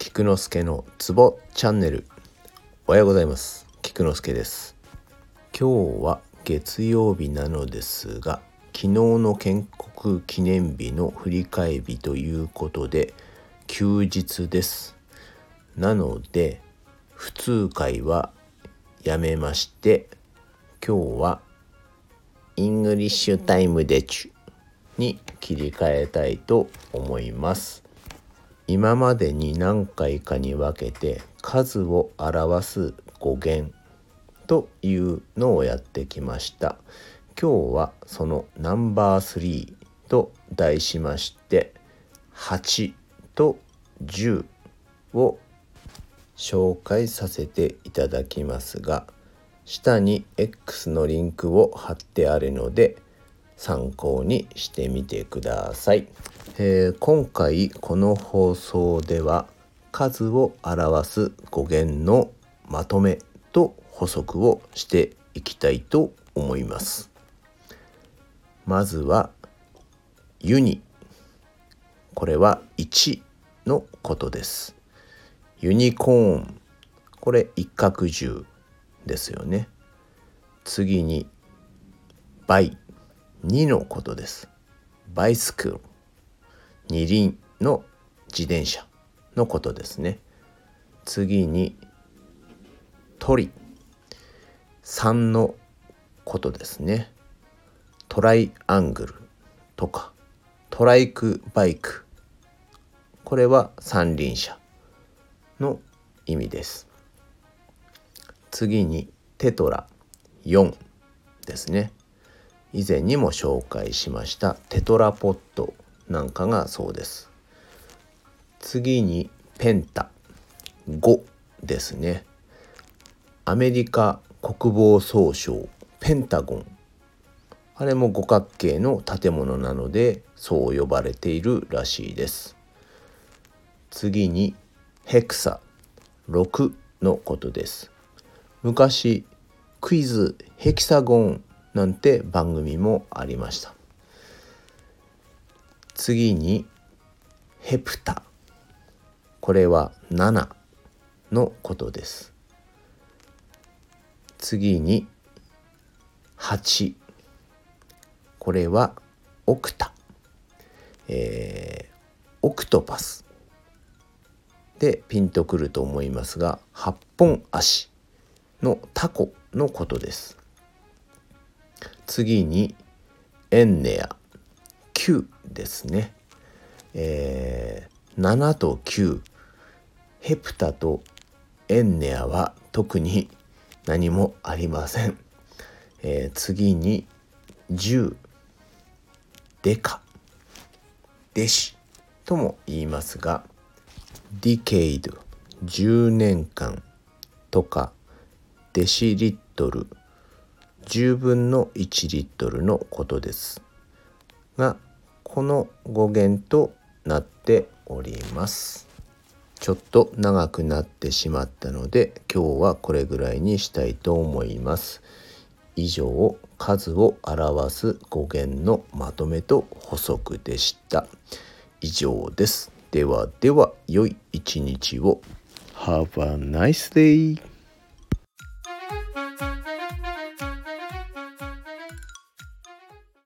菊之助のツボチャンネル。おはようございます。菊之助です。今日は月曜日なのですが、昨日の建国記念日の振り替え日ということで休日です。なので普通会はやめまして、今日はイングリッシュタイムでちゅに切り替えたいと思います。今までに何回かに分けて数を表す語源というのをやってきました。今日はそのナンバー3と題しまして、8と10を紹介させていただきますが、下に X のリンクを貼ってあるので参考にしてみてください。今回この放送では数を表す語源のまとめと補足をしていきたいと思います。まずはユニ、これは1のことです。ユニコーン、これ一角獣ですよね。次にバイ、2のことです。バイスクール、二輪の自転車のことですね。次に鳥、3のことですね。トライアングルとかトライクバイク、これは三輪車の意味です。次にテトラ、4ですね。以前にも紹介しましたテトラポットなんかがそうです。次にペンタ、5ですね。アメリカ国防総省ペンタゴン、あれも五角形の建物なのでそう呼ばれているらしいです。次にヘクサ、6のことです。昔クイズヘキサゴンなんて番組もありました。次にヘプタ、これは7のことです。次に8、これはオクタ、オクトパスでピンとくると思いますが、8本足のタコのことです。次にエンネア、9ですね。7と9、ヘプタとエンネアは特に何もありません。次に10、デカ、デシとも言いますが、ディケイド、10年間とか、デシリットル、10分の1リットルのことですが、この語源となっております。ちょっと長くなってしまったので今日はこれぐらいにしたいと思います。以上、数を表す語源のまとめと補足でした。以上です。ではでは、良い一日を。Have a nice day!